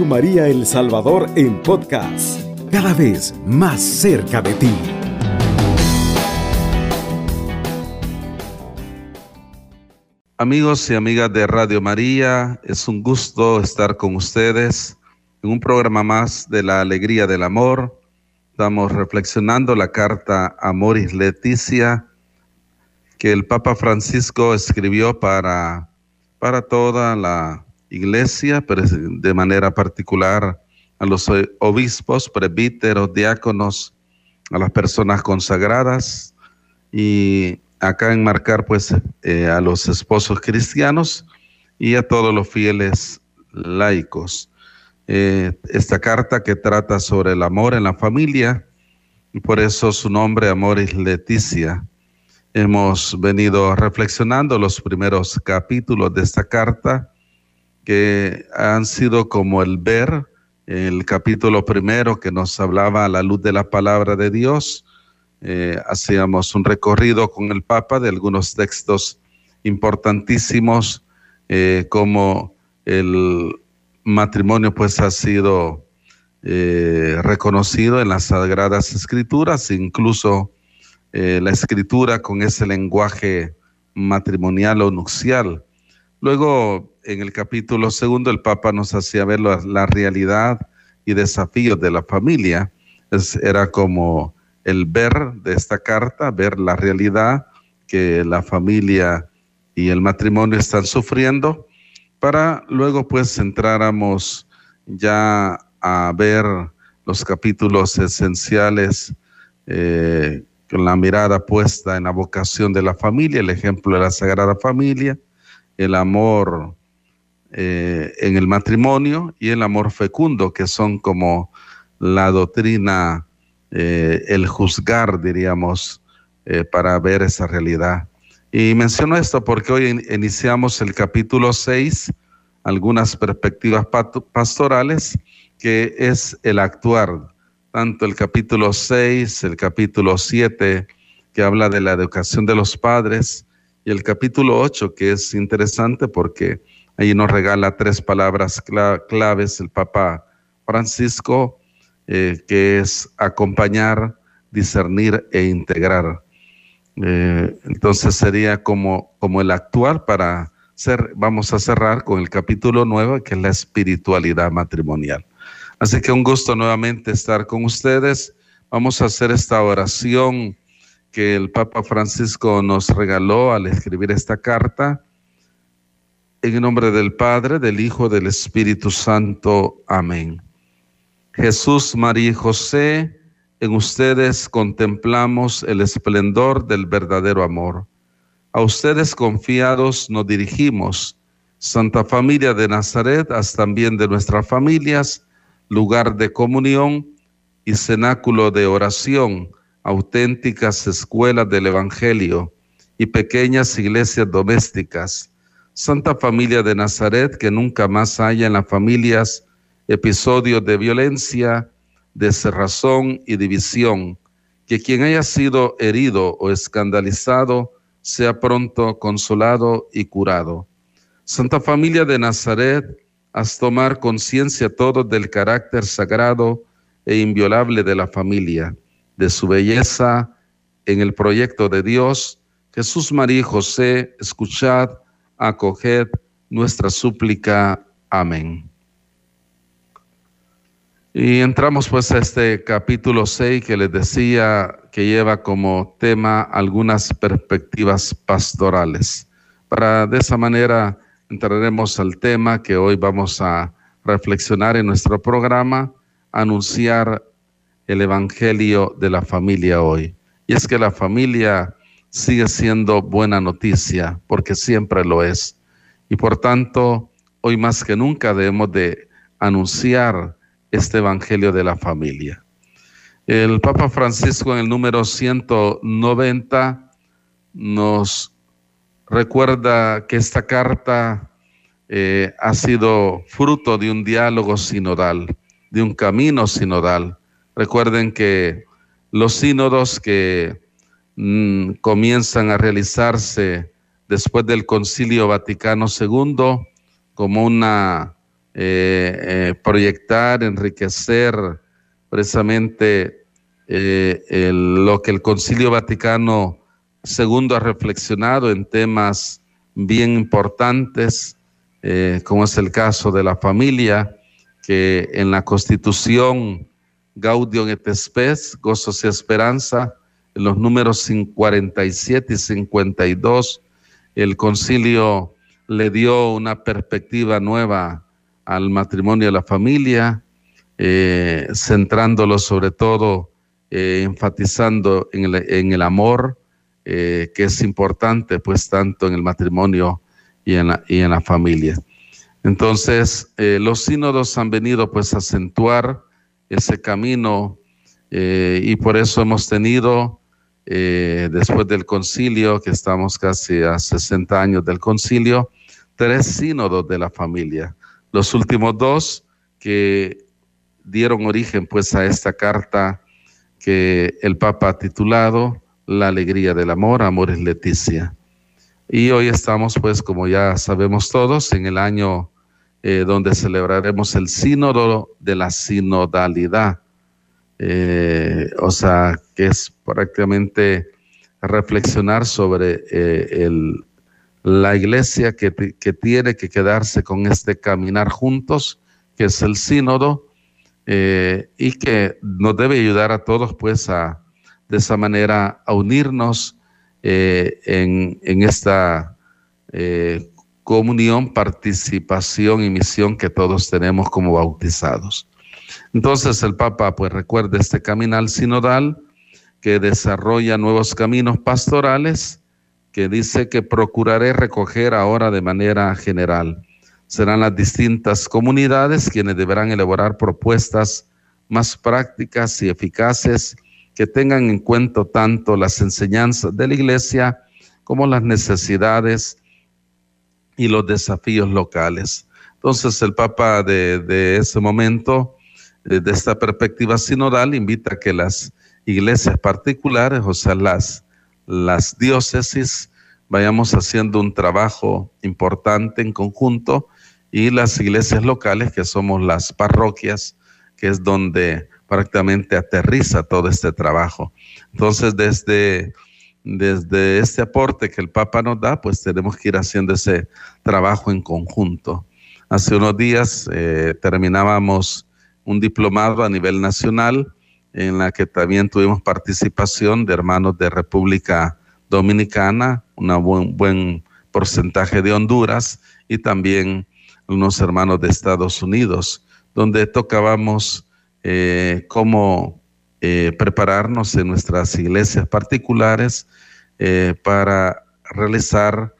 Radio María El Salvador en podcast, cada vez más cerca de ti. Amigos y amigas de Radio María, es un gusto estar con ustedes en un programa más de la alegría del amor. Estamos reflexionando la carta Amoris Laetitia que el Papa Francisco escribió para toda la Iglesia, pero de manera particular a los obispos, presbíteros, diáconos, a las personas consagradas, y acá enmarcar pues a los esposos cristianos y a todos los fieles laicos. Esta carta que trata sobre el amor en la familia, y por eso su nombre Amoris Laetitia. Hemos venido reflexionando los primeros capítulos de esta carta, que han sido como el ver, el capítulo primero que nos hablaba a la luz de la palabra de Dios. Hacíamos un recorrido con el Papa de algunos textos importantísimos, como el matrimonio pues ha sido reconocido en las Sagradas Escrituras, incluso la escritura con ese lenguaje matrimonial o nupcial. Luego, en el capítulo segundo, el Papa nos hacía ver la realidad y desafíos de la familia. Era como el ver de esta carta, ver la realidad que la familia y el matrimonio están sufriendo, para luego pues entráramos ya a ver los capítulos esenciales, con la mirada puesta en la vocación de la familia, el ejemplo de la Sagrada Familia, el amor en el matrimonio y el amor fecundo, que son como la doctrina, el juzgar, diríamos, para ver esa realidad. Y menciono esto porque hoy iniciamos el capítulo 6, algunas perspectivas pastorales, que es el actuar. Tanto el capítulo 6, el capítulo 7, que habla de la educación de los padres, y el capítulo 8, que es interesante porque ahí nos regala 3 palabras claves el Papa Francisco, que es acompañar, discernir e integrar. Entonces sería como el actuar para vamos a cerrar con el capítulo 9, que es la espiritualidad matrimonial. Así que un gusto nuevamente estar con ustedes. Vamos a hacer esta oración que el Papa Francisco nos regaló al escribir esta carta. En el nombre del Padre, del Hijo, del Espíritu Santo. Amén. Jesús, María y José, en ustedes contemplamos el esplendor del verdadero amor. A ustedes confiados nos dirigimos. Santa Familia de Nazaret, haz también de nuestras familias lugar de comunión y cenáculo de oración, auténticas escuelas del Evangelio y pequeñas iglesias domésticas. Santa Familia de Nazaret, que nunca más haya en las familias episodios de violencia, de cerrazón y división. Que quien haya sido herido o escandalizado sea pronto consolado y curado. Santa Familia de Nazaret, haz tomar conciencia todos del carácter sagrado e inviolable de la familia, de su belleza en el proyecto de Dios. Jesús, María y José, escuchad, acoged nuestra súplica. Amén. Y entramos pues a este capítulo 6 que les decía que lleva como tema algunas perspectivas pastorales. De esa manera entraremos al tema que hoy vamos a reflexionar en nuestro programa, anunciar el Evangelio de la familia hoy. Y es que la familia sigue siendo buena noticia, porque siempre lo es. Y por tanto, hoy más que nunca debemos de anunciar este Evangelio de la familia. El Papa Francisco en el número 190 nos recuerda que esta carta ha sido fruto de un diálogo sinodal, de un camino sinodal. Recuerden que los sínodos que comienzan a realizarse después del Concilio Vaticano II como una proyectar, enriquecer precisamente lo que el Concilio Vaticano II ha reflexionado en temas bien importantes, como es el caso de la familia, que en la Constitución Gaudium et Spes, Gozos y Esperanza, en los números 47 y 52, el concilio le dio una perspectiva nueva al matrimonio y a la familia, centrándolo sobre todo, enfatizando en el amor, que es importante pues tanto en el matrimonio y en la familia. Entonces los sínodos han venido pues a acentuar ese camino, y por eso hemos tenido, después del concilio, que estamos casi a 60 años del concilio, 3 sínodos de la familia. Los últimos 2 que dieron origen pues a esta carta que el Papa ha titulado La alegría del amor, Amoris Laetitia. Y hoy estamos pues, como ya sabemos todos, en el año donde celebraremos el sínodo de la sinodalidad, o sea, que es prácticamente reflexionar sobre la iglesia que tiene que quedarse con este caminar juntos, que es el sínodo, y que nos debe ayudar a todos pues de esa manera a unirnos en esta comunión, participación y misión que todos tenemos como bautizados. Entonces el Papa pues recuerda este caminar sinodal que desarrolla nuevos caminos pastorales, que dice que procuraré recoger ahora de manera general. Serán las distintas comunidades quienes deberán elaborar propuestas más prácticas y eficaces que tengan en cuenta tanto las enseñanzas de la Iglesia como las necesidades y los desafíos locales. Entonces el Papa de ese momento, desde esta perspectiva sinodal, invita a que las iglesias particulares, o sea, las diócesis, vayamos haciendo un trabajo importante en conjunto, y las iglesias locales, que somos las parroquias, que es donde prácticamente aterriza todo este trabajo. Entonces, desde este aporte que el Papa nos da, pues tenemos que ir haciendo ese trabajo en conjunto. Hace unos días terminábamos un diplomado a nivel nacional, en la que también tuvimos participación de hermanos de República Dominicana, un buen porcentaje de Honduras, y también unos hermanos de Estados Unidos, donde tocábamos cómo prepararnos en nuestras iglesias particulares para realizar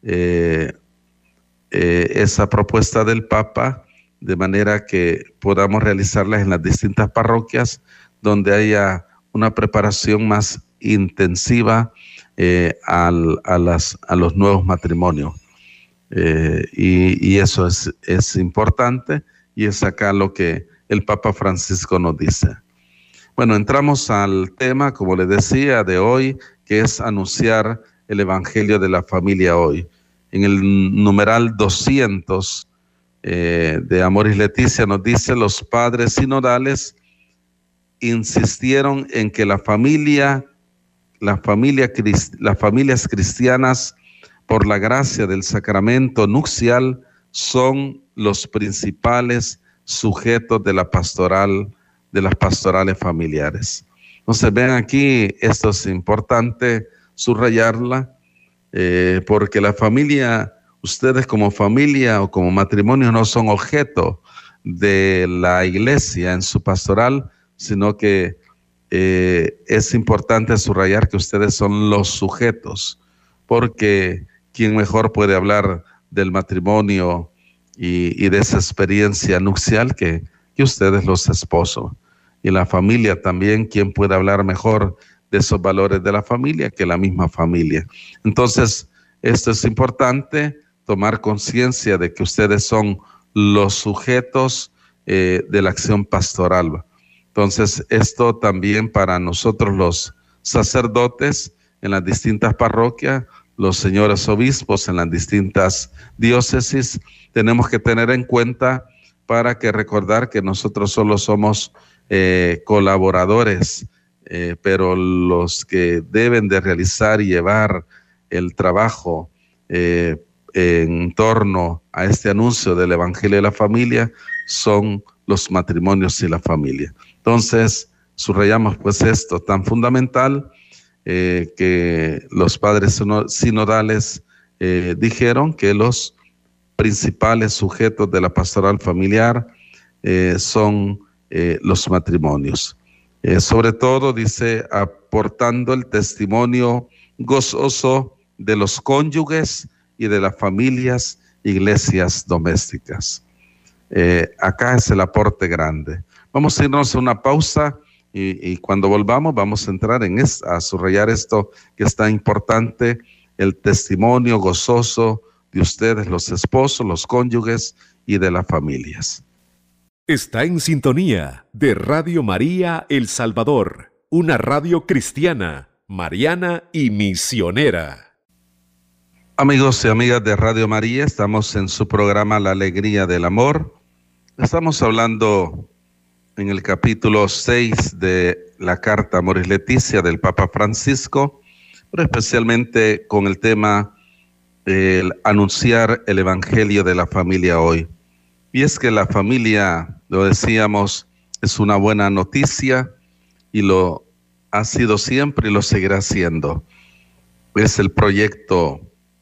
esa propuesta del Papa, de manera que podamos realizarlas en las distintas parroquias, donde haya una preparación más intensiva a los nuevos matrimonios. Y eso es importante, y es acá lo que el Papa Francisco nos dice. Bueno, entramos al tema, como les decía, de hoy, que es anunciar el Evangelio de la familia hoy. En el numeral 200 de Amoris Laetitia nos dice: los padres sinodales insistieron en que las familias cristianas, por la gracia del sacramento nupcial, son los principales sujetos de las pastorales familiares. Entonces, vean aquí, esto es importante subrayarla, porque la familia, ustedes como familia o como matrimonio, no son objeto de la iglesia en su pastoral, sino que es importante subrayar que ustedes son los sujetos, porque ¿quién mejor puede hablar del matrimonio y de esa experiencia nupcial que ustedes, los esposos? Y la familia también, ¿quién puede hablar mejor de esos valores de la familia que la misma familia? Entonces, esto es importante, tomar conciencia de que ustedes son los sujetos de la acción pastoral. Entonces, esto también para nosotros los sacerdotes en las distintas parroquias, los señores obispos en las distintas diócesis, tenemos que tener en cuenta para que recordar que nosotros solo somos colaboradores, pero los que deben de realizar y llevar el trabajo en torno a este anuncio del Evangelio de la Familia son los matrimonios y la familia. Entonces, subrayamos pues esto tan fundamental que los padres sinodales dijeron que los principales sujetos de la pastoral familiar son los matrimonios. Sobre todo, dice, aportando el testimonio gozoso de los cónyuges y de las familias, iglesias domésticas. Acá es el aporte grande. Vamos a irnos a una pausa y cuando volvamos vamos a entrar a subrayar esto que es tan importante, el testimonio gozoso de ustedes, los esposos, los cónyuges y de las familias. Está en sintonía de Radio María El Salvador, una radio cristiana, mariana y misionera. Amigos y amigas de Radio María, estamos en su programa La Alegría del Amor. Estamos hablando en el capítulo 6 de la carta Amoris Laetitia del Papa Francisco, pero especialmente con el tema el anunciar el Evangelio de la familia hoy. Y es que la familia, lo decíamos, es una buena noticia y lo ha sido siempre y lo seguirá siendo. Es el proyecto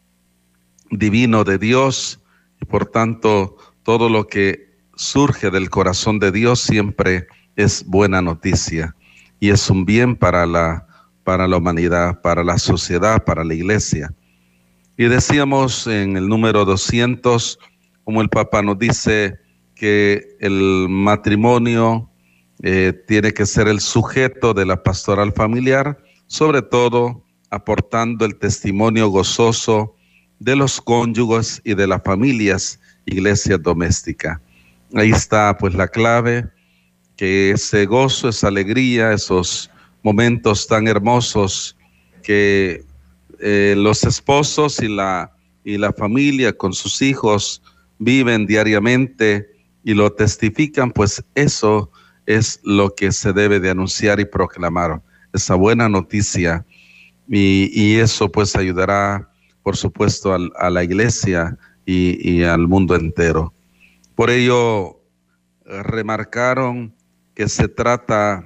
divino de Dios y por tanto todo lo que surge del corazón de Dios siempre es buena noticia y es un bien para la humanidad, para la sociedad, para la iglesia. Y decíamos en el número 200, como el Papa nos dice que el matrimonio tiene que ser el sujeto de la pastoral familiar, sobre todo aportando el testimonio gozoso de los cónyuges y de las familias, iglesias domésticas. Ahí está pues la clave, que ese gozo, esa alegría, esos momentos tan hermosos que los esposos y la familia con sus hijos viven diariamente y lo testifican, pues eso es lo que se debe de anunciar y proclamar, esa buena noticia, y eso pues ayudará por supuesto a la iglesia y al mundo entero. Por ello remarcaron que se trata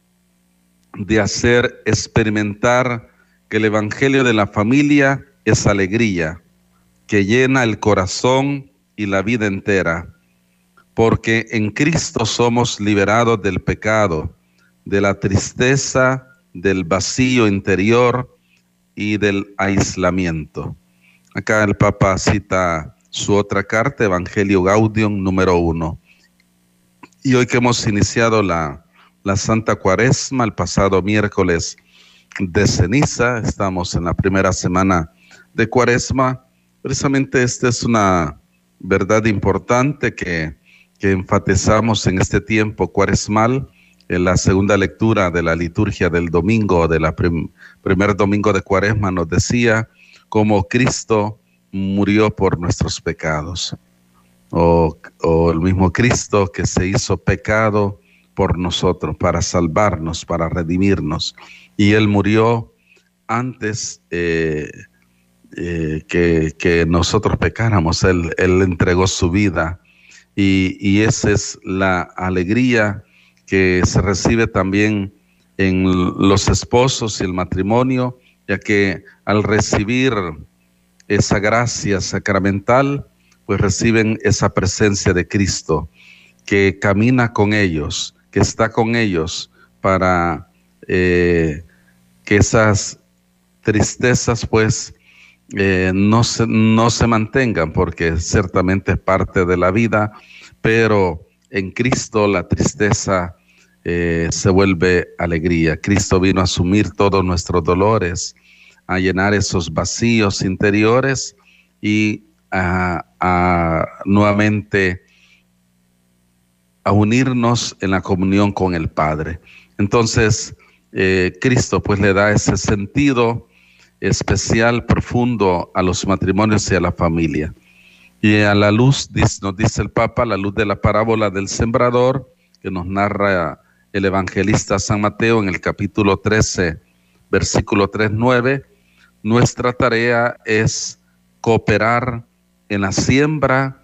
de hacer experimentar que el Evangelio de la familia es alegría, que llena el corazón y la vida entera, porque en Cristo somos liberados del pecado, de la tristeza, del vacío interior y del aislamiento. Acá el Papa cita su otra carta, Evangelio Gaudium, número 1. Y hoy que hemos iniciado la Santa Cuaresma, el pasado miércoles de ceniza, estamos en la primera semana de Cuaresma. Precisamente esta es una verdad importante que enfatizamos en este tiempo cuaresmal, en la segunda lectura de la liturgia del domingo, de la primer domingo de Cuaresma, nos decía cómo Cristo murió por nuestros pecados, o el mismo Cristo que se hizo pecado por nosotros, para salvarnos, para redimirnos, y Él murió antes que nosotros pecáramos. Él entregó su vida, y esa es la alegría que se recibe también en los esposos y el matrimonio, ya que al recibir esa gracia sacramental, pues reciben esa presencia de Cristo, que camina con ellos, que está con ellos para que esas tristezas pues no se mantengan, porque ciertamente es parte de la vida, pero en Cristo la tristeza se vuelve alegría. Cristo vino a asumir todos nuestros dolores, a llenar esos vacíos interiores y nuevamente a unirnos en la comunión con el Padre. Entonces, Cristo pues le da ese sentido especial, profundo a los matrimonios y a la familia. Y a la luz, nos dice el Papa, a la luz de la parábola del sembrador, que nos narra el evangelista San Mateo en el capítulo 13, versículo 3-9, nuestra tarea es cooperar en la siembra,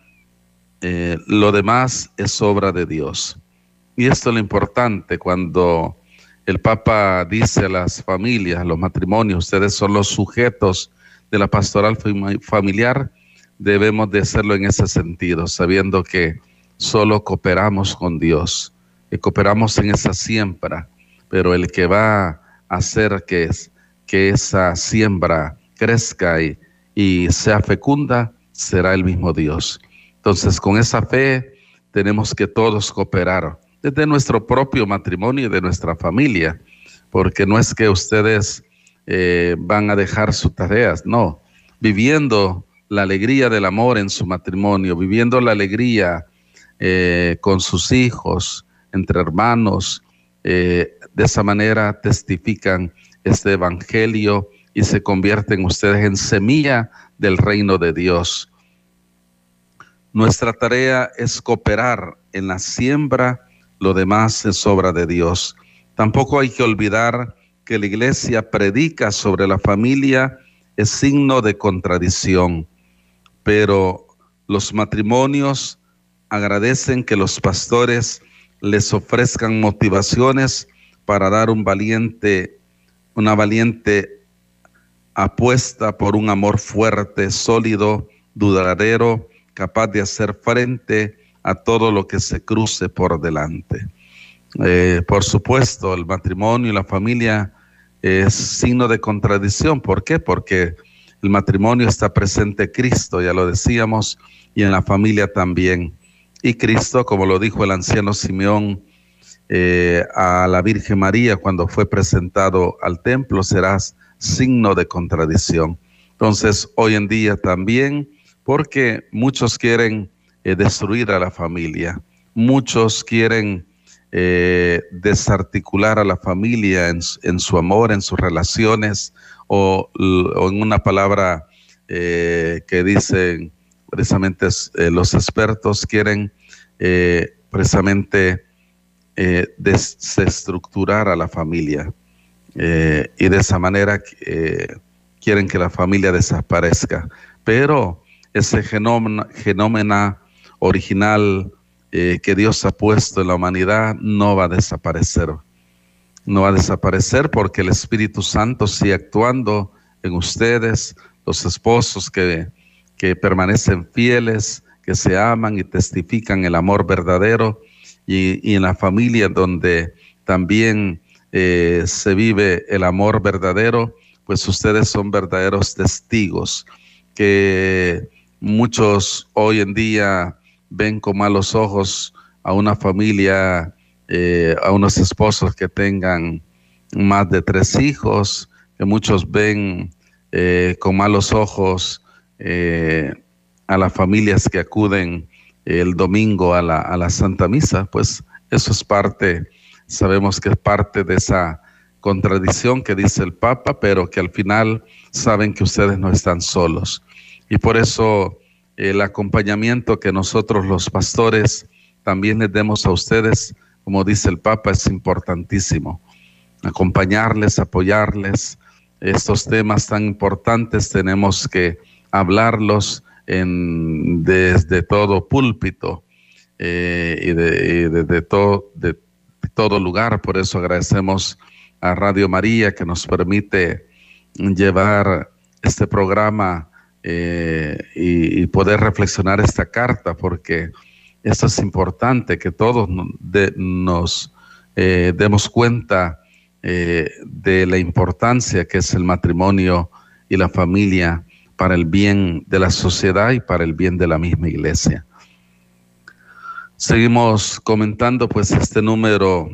lo demás es obra de Dios. Y esto es lo importante cuando el Papa dice a las familias, a los matrimonios, ustedes son los sujetos de la pastoral familiar, debemos de hacerlo en ese sentido, sabiendo que solo cooperamos con Dios, que cooperamos en esa siembra, pero el que va a hacer que esa siembra crezca y sea fecunda será el mismo Dios. Entonces, con esa fe tenemos que todos cooperar desde nuestro propio matrimonio y de nuestra familia, porque no es que ustedes van a dejar sus tareas, no, viviendo la alegría del amor en su matrimonio, viviendo la alegría con sus hijos, entre hermanos, de esa manera testifican este evangelio y se convierten ustedes en semilla del reino de Dios. Nuestra tarea es cooperar en la siembra, lo demás es obra de Dios. Tampoco hay que olvidar que la iglesia predica sobre la familia, es signo de contradicción, pero los matrimonios agradecen que los pastores les ofrezcan motivaciones para dar una valiente apuesta por un amor fuerte, sólido, duradero, capaz de hacer frente a todo lo que se cruce por delante. Por supuesto, el matrimonio y la familia es signo de contradicción. ¿Por qué? Porque el matrimonio está presente Cristo, ya lo decíamos, y en la familia también. Y Cristo, como lo dijo el anciano Simeón a la Virgen María cuando fue presentado al templo, serás signo de contradicción. Entonces, hoy en día también, porque muchos quieren destruir a la familia, muchos quieren desarticular a la familia en su amor, en sus relaciones, o en una palabra que dicen precisamente los expertos, quieren precisamente desestructurar a la familia y de esa manera quieren que la familia desaparezca, pero ese genoma original que Dios ha puesto en la humanidad no va a desaparecer. No va a desaparecer porque el Espíritu Santo sigue actuando en ustedes, los esposos que permanecen fieles, que se aman y testifican el amor verdadero, y en la familia donde también se vive el amor verdadero, pues ustedes son verdaderos testigos que muchos hoy en día ven con malos ojos a una familia, a unos esposos que tengan más de 3 hijos, que muchos ven con malos ojos a las familias que acuden el domingo a la Santa Misa. Pues eso es parte, sabemos que es parte de esa contradicción que dice el Papa, pero que al final saben que ustedes no están solos. Y por eso el acompañamiento que nosotros los pastores también les demos a ustedes, como dice el Papa, es importantísimo. Acompañarles, apoyarles. Estos temas tan importantes tenemos que hablarlos desde todo púlpito y de todo lugar. Por eso agradecemos a Radio María que nos permite llevar este programa y poder reflexionar esta carta, porque esto es importante, que todos nos demos cuenta de la importancia que es el matrimonio y la familia para el bien de la sociedad y para el bien de la misma iglesia. Seguimos comentando pues este número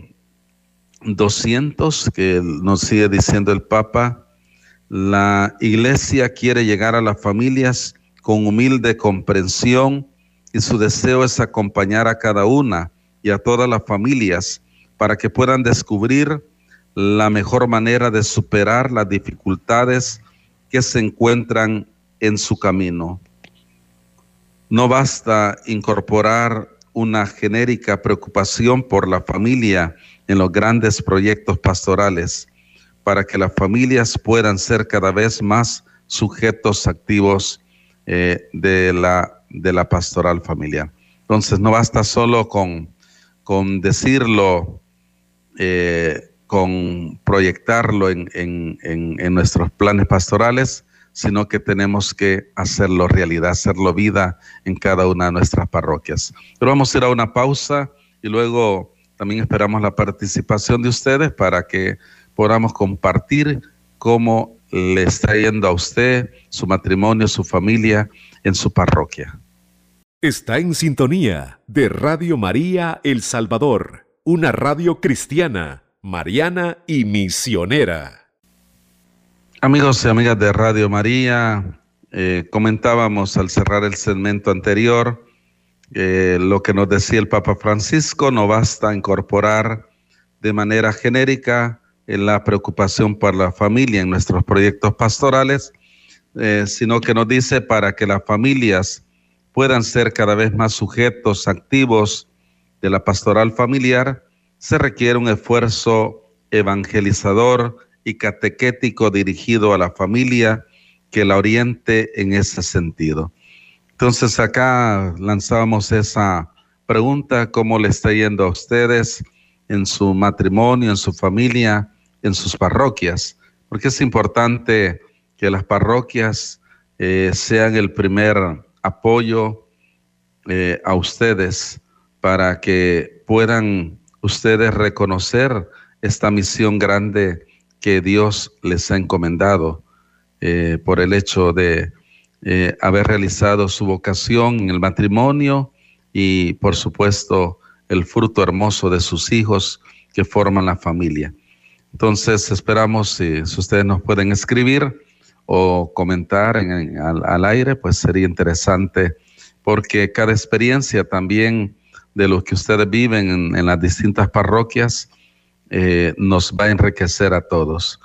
200 que nos sigue diciendo el Papa. La iglesia quiere llegar a las familias con humilde comprensión y su deseo es acompañar a cada una y a todas las familias para que puedan descubrir la mejor manera de superar las dificultades que se encuentran en su camino. no basta incorporar una genérica preocupación por la familia en los grandes proyectos pastorales para que las familias puedan ser cada vez más sujetos activos de la pastoral familiar. Entonces no basta solo con decirlo, con proyectarlo en nuestros planes pastorales, sino que tenemos que hacerlo realidad, hacerlo vida en cada una de nuestras parroquias. Pero vamos a ir a una pausa y luego también esperamos la participación de ustedes para que podamos compartir cómo le está yendo a usted, su matrimonio, su familia en su parroquia. Está en sintonía de Radio María El Salvador, una radio cristiana, mariana y misionera. Amigos y amigas de Radio María, comentábamos al cerrar el segmento anterior lo que nos decía el Papa Francisco: no basta incorporar de manera genérica la preocupación por la familia en nuestros proyectos pastorales, sino que nos dice para que las familias puedan ser cada vez más sujetos activos de la pastoral familiar, se requiere un esfuerzo evangelizador y catequético dirigido a la familia que la oriente en ese sentido. Entonces acá lanzábamos esa pregunta: ¿cómo le está yendo a ustedes en su matrimonio, en su familia, en sus parroquias? Porque es importante que las parroquias sean el primer apoyo a ustedes para que puedan ustedes reconocer esta misión grande que Dios les ha encomendado por el hecho de haber realizado su vocación en el matrimonio y, por supuesto, el fruto hermoso de sus hijos que forman la familia. Entonces, esperamos si ustedes nos pueden escribir o comentar al aire, pues sería interesante, porque cada experiencia también de lo que ustedes viven en las distintas parroquias nos va a enriquecer a todos.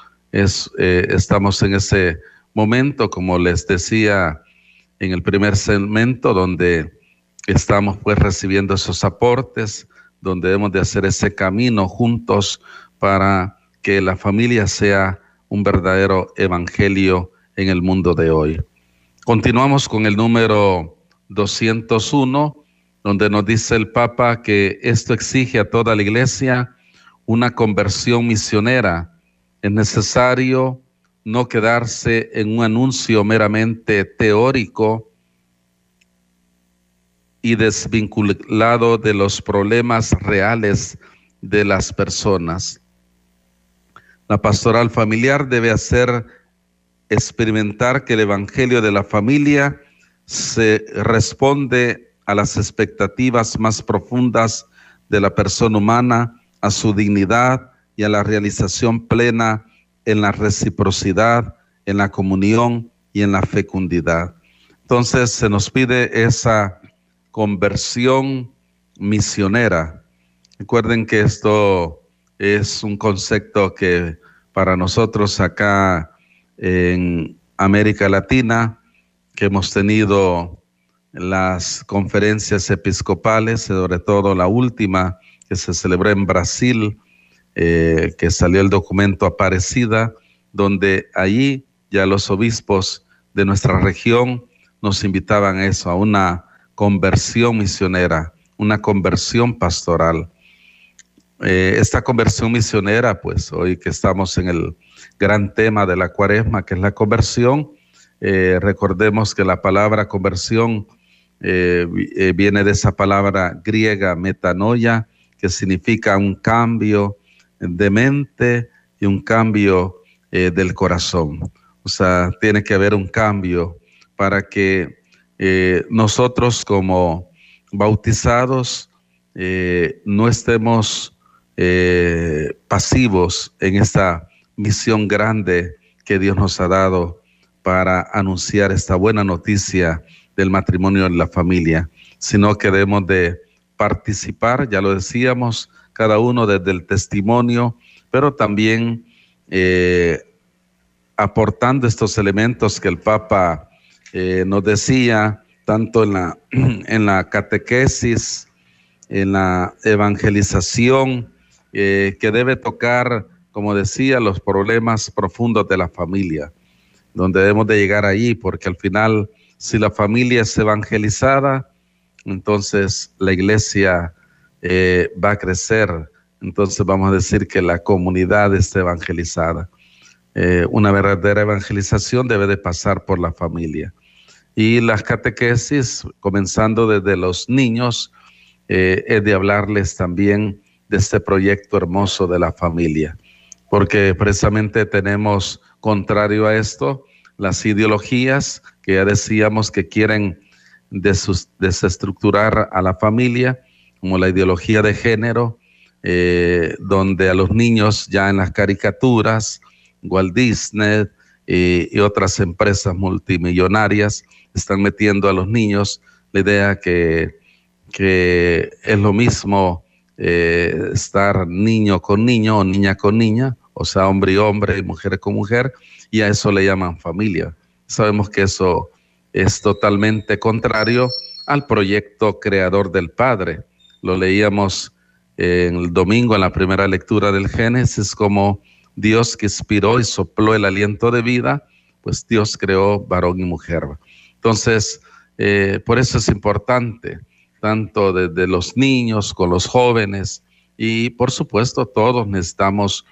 Estamos en ese momento, como les decía en el primer segmento, donde estamos pues recibiendo esos aportes, donde debemos de hacer ese camino juntos para que la familia sea un verdadero evangelio en el mundo de hoy. Continuamos con el número 201, donde nos dice el Papa que esto exige a toda la Iglesia una conversión misionera. Es necesario no quedarse en un anuncio meramente teórico y desvinculado de los problemas reales de las personas. La pastoral familiar debe hacer experimentar que el evangelio de la familia se responde a las expectativas más profundas de la persona humana, a su dignidad y a la realización plena en la reciprocidad, en la comunión y en la fecundidad. Entonces se nos pide esa conversión misionera. Recuerden que esto es un concepto que para nosotros acá en América Latina, que hemos tenido las conferencias episcopales, sobre todo la última que se celebró en Brasil, que salió el documento Aparecida, donde allí ya los obispos de nuestra región nos invitaban a eso, a una conversión misionera, una conversión pastoral. Esta conversión misionera, pues hoy que estamos en el gran tema de la Cuaresma, que es la conversión, recordemos que la palabra conversión viene de esa palabra griega metanoia, que significa un cambio de mente y un cambio del corazón. O sea, tiene que haber un cambio para que nosotros como bautizados no estemos pasivos en esta misión grande que Dios nos ha dado para anunciar esta buena noticia del matrimonio en la familia, sino que debemos de participar, ya lo decíamos, cada uno desde el testimonio, pero también aportando estos elementos que el Papa nos decía, tanto en la catequesis, en la evangelización, que debe tocar, como decía, los problemas profundos de la familia, donde debemos de llegar allí, porque al final, si la familia es evangelizada, entonces la iglesia va a crecer. Entonces vamos a decir que la comunidad está evangelizada. Una verdadera evangelización debe de pasar por la familia. Y las catequesis, comenzando desde los niños, es de hablarles también de este proyecto hermoso de la familia. Porque precisamente tenemos, contrario a esto, las ideologías que ya decíamos que quieren desestructurar a la familia, como la ideología de género, donde a los niños ya en las caricaturas, Walt Disney y otras empresas multimillonarias están metiendo a los niños la idea que es lo mismo estar niño con niño o niña con niña, o sea, hombre y hombre y mujer con mujer, y a eso le llaman familia. Sabemos que eso es totalmente contrario al proyecto creador del Padre. Lo leíamos el domingo en la primera lectura del Génesis, como Dios que inspiró y sopló el aliento de vida, pues Dios creó varón y mujer. Entonces, por eso es importante, tanto desde los niños con los jóvenes, y por supuesto todos necesitamos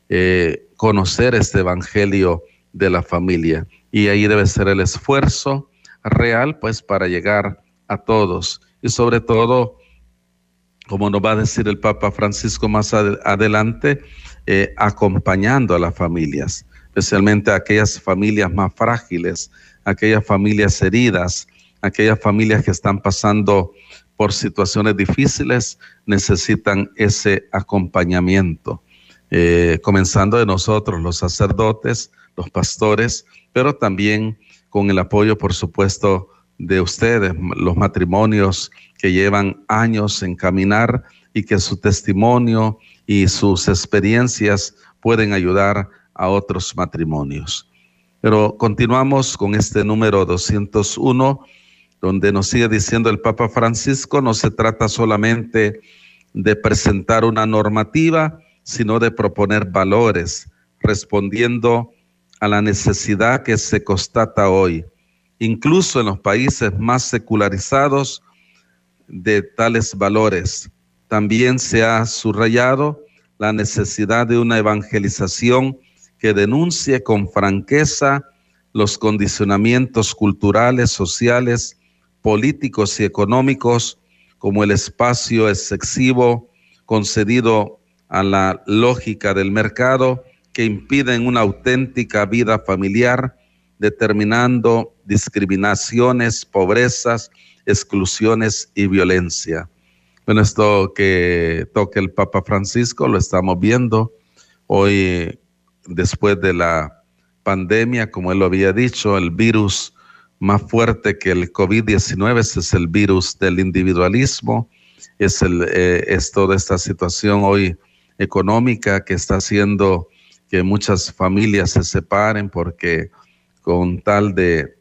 conocer este evangelio de la familia, y ahí debe ser el esfuerzo real, pues, para llegar a todos, y sobre todo, como nos va a decir el Papa Francisco más adelante, acompañando a las familias, especialmente a aquellas familias más frágiles, aquellas familias heridas, aquellas familias que están pasando por situaciones difíciles, necesitan ese acompañamiento, comenzando de nosotros, los sacerdotes, los pastores, pero también con el apoyo, por supuesto, de ustedes, los matrimonios que llevan años en caminar y que su testimonio y sus experiencias pueden ayudar a otros matrimonios. Pero continuamos con este número 201, donde nos sigue diciendo el Papa Francisco: no se trata solamente de presentar una normativa, sino de proponer valores, respondiendo a la necesidad que se constata hoy, incluso en los países más secularizados, de tales valores. También se ha subrayado la necesidad de una evangelización que denuncie con franqueza los condicionamientos culturales, sociales, políticos y económicos, como el espacio excesivo concedido a la lógica del mercado, que impiden una auténtica vida familiar, determinando discriminaciones, pobrezas, exclusiones y violencia. Bueno, esto que toca el Papa Francisco lo estamos viendo hoy, después de la pandemia, como él lo había dicho, el virus más fuerte que el COVID-19 es el virus del individualismo, es toda esta situación hoy económica que está haciendo que muchas familias se separen, porque con tal de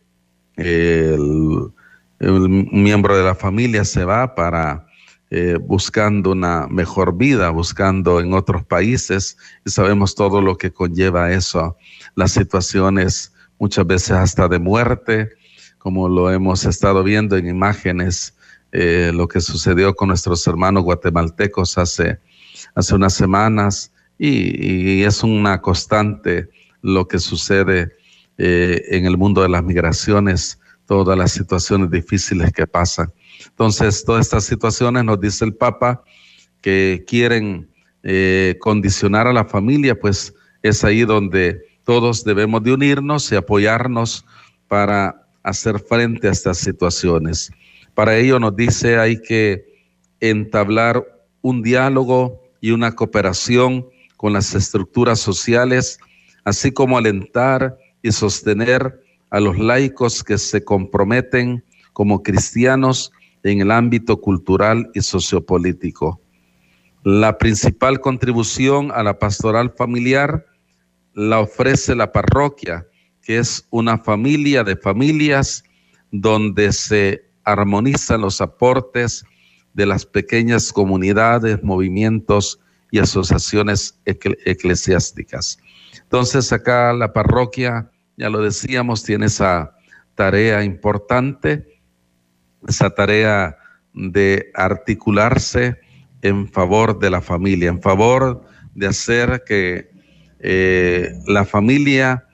el miembro de la familia se va para buscando una mejor vida, buscando en otros países, y sabemos todo lo que conlleva eso, las situaciones muchas veces hasta de muerte, como lo hemos estado viendo en imágenes, lo que sucedió con nuestros hermanos guatemaltecos hace unas semanas, y es una constante lo que sucede en el mundo de las migraciones, todas las situaciones difíciles que pasan. Entonces, todas estas situaciones, nos dice el Papa, que quieren condicionar a la familia, pues es ahí donde todos debemos de unirnos y apoyarnos para hacer frente a estas situaciones. Para ello, nos dice, hay que entablar un diálogo y una cooperación con las estructuras sociales, así como alentar y sostener a los laicos que se comprometen como cristianos en el ámbito cultural y sociopolítico. La principal contribución a la pastoral familiar la ofrece la parroquia, que es una familia de familias donde se armonizan los aportes de las pequeñas comunidades, movimientos y asociaciones eclesiásticas. Entonces acá la parroquia, ya lo decíamos, tiene esa tarea importante, esa tarea de articularse en favor de la familia, en favor de hacer que la familia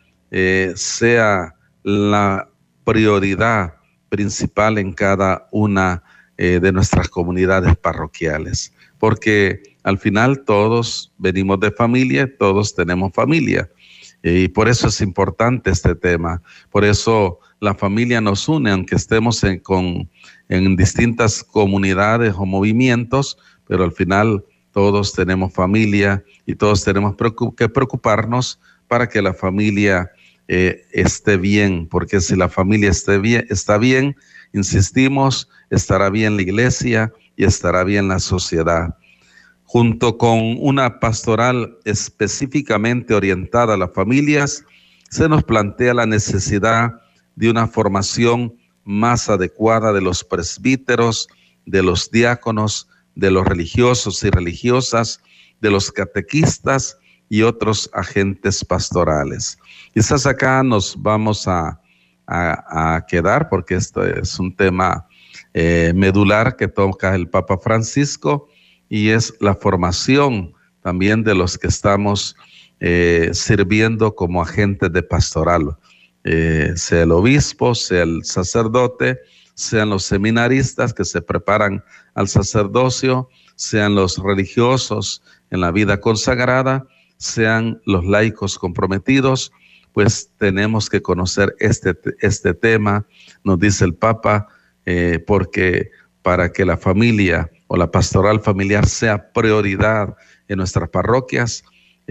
sea la prioridad principal en cada una de nuestras comunidades parroquiales, porque al final todos venimos de familia, todos tenemos familia, y por eso es importante este tema. Por eso la familia nos une, aunque estemos en distintas comunidades o movimientos, pero al final todos tenemos familia y todos tenemos que preocuparnos para que la familia esté bien, porque si la familia está bien, insistimos, estará bien la iglesia y estará bien la sociedad. Junto con una pastoral específicamente orientada a las familias, se nos plantea la necesidad de una formación más adecuada de los presbíteros, de los diáconos, de los religiosos y religiosas, de los catequistas y otros agentes pastorales. Quizás acá nos vamos a quedar, porque esto es un tema medular que toca el Papa Francisco, y es la formación también de los que estamos sirviendo como agentes de pastoral, sea el obispo, sea el sacerdote, sean los seminaristas que se preparan al sacerdocio, sean los religiosos en la vida consagrada, sean los laicos comprometidos, pues tenemos que conocer este tema, nos dice el Papa, porque para que la familia o la pastoral familiar sea prioridad en nuestras parroquias,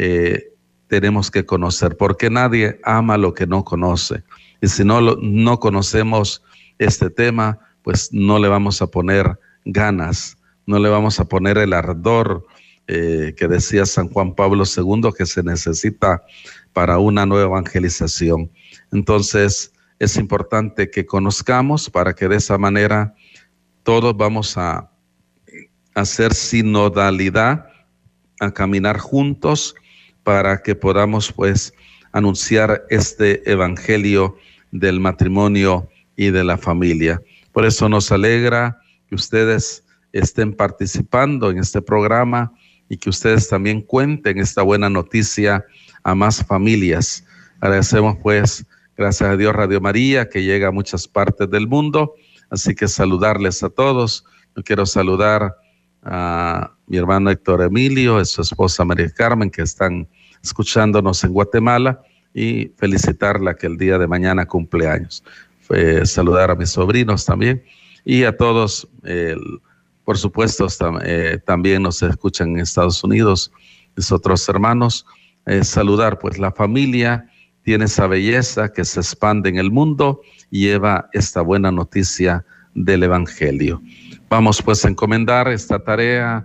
tenemos que conocer, porque nadie ama lo que no conoce. Y si no conocemos este tema, pues no le vamos a poner ganas, no le vamos a poner el ardor que decía San Juan Pablo II que se necesita para una nueva evangelización. Entonces es importante que conozcamos para que de esa manera todos vamos a hacer sinodalidad, a caminar juntos para que podamos pues anunciar este evangelio del matrimonio y de la familia. Por eso nos alegra que ustedes estén participando en este programa y que ustedes también cuenten esta buena noticia a más familias. Agradecemos pues, gracias a Dios, Radio María, que llega a muchas partes del mundo, así que saludarles a todos. Yo quiero saludar a mi hermano Héctor Emilio, a su esposa María Carmen, que están escuchándonos en Guatemala, y felicitarla que el día de mañana cumpleaños. Saludar a mis sobrinos también y a todos, por supuesto, también nos escuchan en Estados Unidos, mis otros hermanos. Saludar, pues la familia tiene esa belleza que se expande en el mundo y lleva esta buena noticia del Evangelio. Vamos pues a encomendar esta tarea,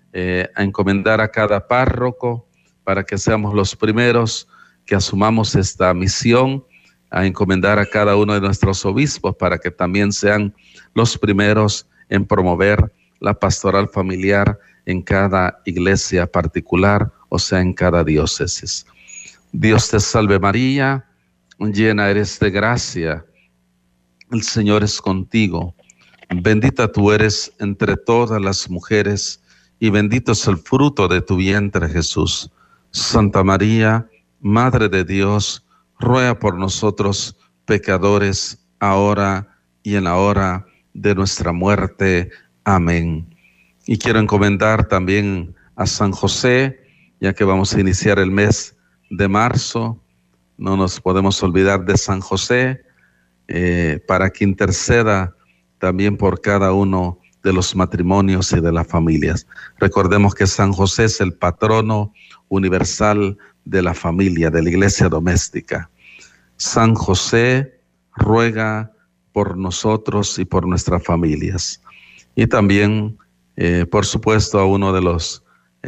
a encomendar a cada párroco para que seamos los primeros que asumamos esta misión, a encomendar a cada uno de nuestros obispos para que también sean los primeros en promover la pastoral familiar en cada iglesia particular, o sea, en cada diócesis. Dios te salve María, llena eres de gracia, el Señor es contigo, bendita tú eres entre todas las mujeres y bendito es el fruto de tu vientre Jesús. Santa María, Madre de Dios, ruega por nosotros pecadores, ahora y en la hora de nuestra muerte. Amén. Y quiero encomendar también a San José, ya que vamos a iniciar el mes de marzo. No nos podemos olvidar de San José, para que interceda también por cada uno de los matrimonios y de las familias. Recordemos que San José es el patrono universal de la familia, de la iglesia doméstica. San José ruega por nosotros y por nuestras familias. Y también, por supuesto, a uno de los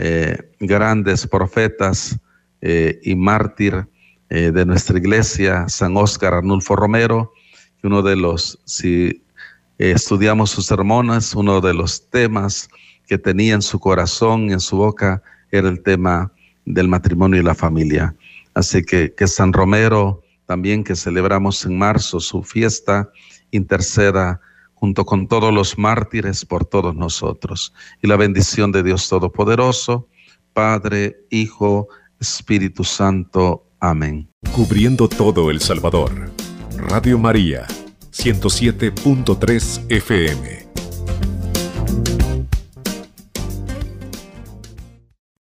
grandes profetas y mártir de nuestra iglesia, San Óscar Arnulfo Romero, uno de los, si estudiamos sus sermones, uno de los temas que tenía en su corazón y en su boca era el tema del matrimonio y la familia. Así que San Romero, también que celebramos en marzo su fiesta, interceda junto con todos los mártires por todos nosotros. Y la bendición de Dios Todopoderoso, Padre, Hijo, Espíritu Santo. Amén. Cubriendo todo El Salvador. Radio María, 107.3 FM.